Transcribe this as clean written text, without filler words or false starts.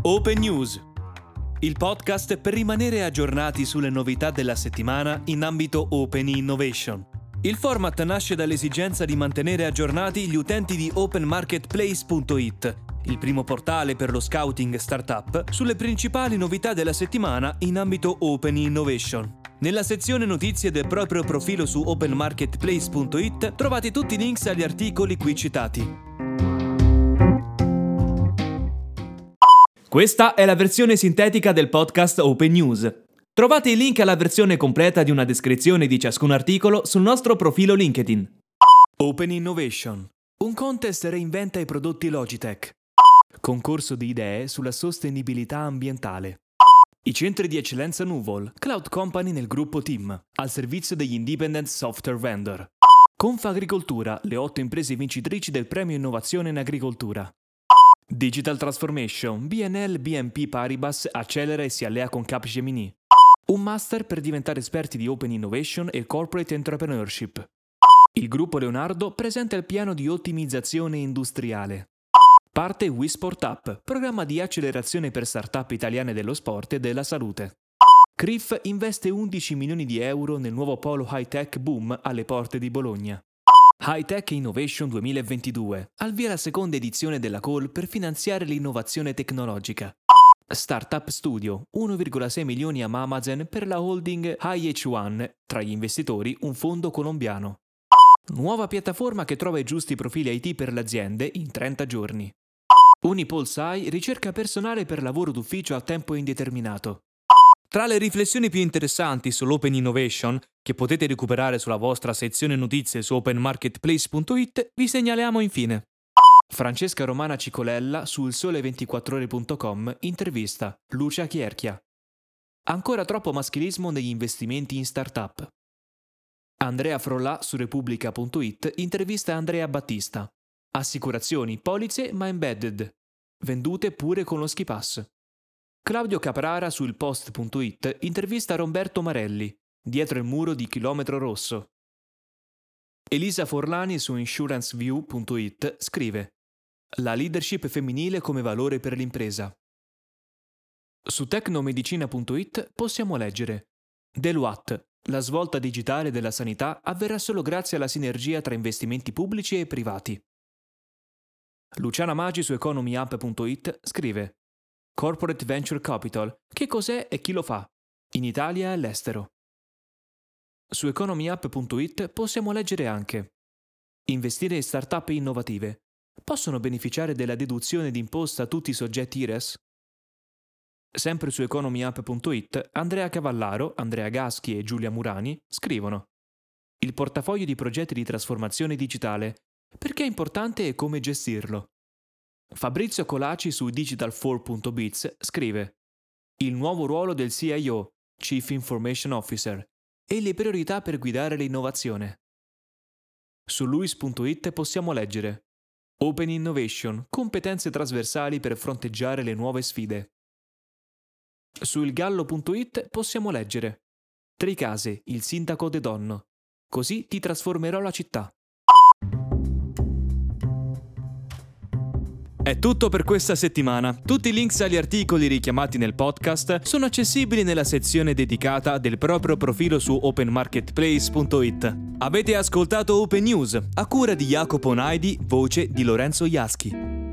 Open News, il podcast per rimanere aggiornati sulle novità della settimana in ambito Open Innovation. Il format nasce dall'esigenza di mantenere aggiornati gli utenti di openmarketplace.it, il primo portale per lo scouting startup, sulle principali novità della settimana in ambito Open Innovation. Nella sezione notizie del proprio profilo su openmarketplace.it trovate tutti i links agli articoli qui citati. Questa è la versione sintetica del podcast Open News. Trovate il link alla versione completa di una descrizione di ciascun articolo sul nostro profilo LinkedIn. Open Innovation. Un contest reinventa i prodotti Logitech. Concorso di idee sulla sostenibilità ambientale. I centri di eccellenza Nuvol, cloud company nel gruppo Team, al servizio degli independent software vendor. Confagricoltura, le 8 imprese vincitrici del premio Innovazione in Agricoltura. Digital Transformation, BNL BNP Paribas accelera e si allea con Capgemini. Un master per diventare esperti di Open Innovation e Corporate Entrepreneurship. Il gruppo Leonardo presenta il piano di ottimizzazione industriale. Parte WeSport Up, programma di accelerazione per startup italiane dello sport e della salute. CRIF investe 11 milioni di euro nel nuovo polo high-tech Boom alle porte di Bologna. High-Tech Innovation 2022, al via la seconda edizione della call per finanziare l'innovazione tecnologica. Startup Studio, 1,6 milioni a Amazon per la holding IH1, tra gli investitori un fondo colombiano. Nuova piattaforma che trova i giusti profili IT per le aziende in 30 giorni. Unipolsai ricerca personale per lavoro d'ufficio a tempo indeterminato. Tra le riflessioni più interessanti sull'Open Innovation, che potete recuperare sulla vostra sezione notizie su openmarketplace.it, vi segnaliamo infine. Francesca Romana Cicolella su ilsole24ore.com intervista Lucia Chierchia. Ancora troppo maschilismo negli investimenti in startup. Andrea Frollà su repubblica.it intervista Andrea Battista. Assicurazioni, polizze ma embedded. Vendute pure con lo SkiPass. Claudio Caprara su ilpost.it intervista Romberto Marelli. Dietro il muro di Chilometro Rosso. Elisa Forlani su insuranceview.it scrive La leadership femminile come valore per l'impresa. Su tecnomedicina.it possiamo leggere Deloitte, la svolta digitale della sanità avverrà solo grazie alla sinergia tra investimenti pubblici e privati. Luciana Maggi su economyup.it scrive Corporate Venture Capital, che cos'è e chi lo fa? In Italia e all'estero. Su economyup.it possiamo leggere anche Investire in startup innovative. Possono beneficiare della deduzione d'imposta tutti i soggetti IRES? Sempre su economyup.it, Andrea Cavallaro, Andrea Gaschi e Giulia Murani scrivono Il portafoglio di progetti di trasformazione digitale. Perché è importante e come gestirlo? Fabrizio Colaci su digital4.biz scrive Il nuovo ruolo del CIO, Chief Information Officer, e le priorità per guidare l'innovazione. Su luis.it possiamo leggere Open Innovation, competenze trasversali per fronteggiare le nuove sfide. Su ilgallo.it possiamo leggere Tricase, il sindaco de Donno. Così ti trasformerò la città. È tutto per questa settimana. Tutti i links agli articoli richiamati nel podcast sono accessibili nella sezione dedicata del proprio profilo su openmarketplace.it. Avete ascoltato Open News, a cura di Jacopo Naidi, voce di Lorenzo Iaschi.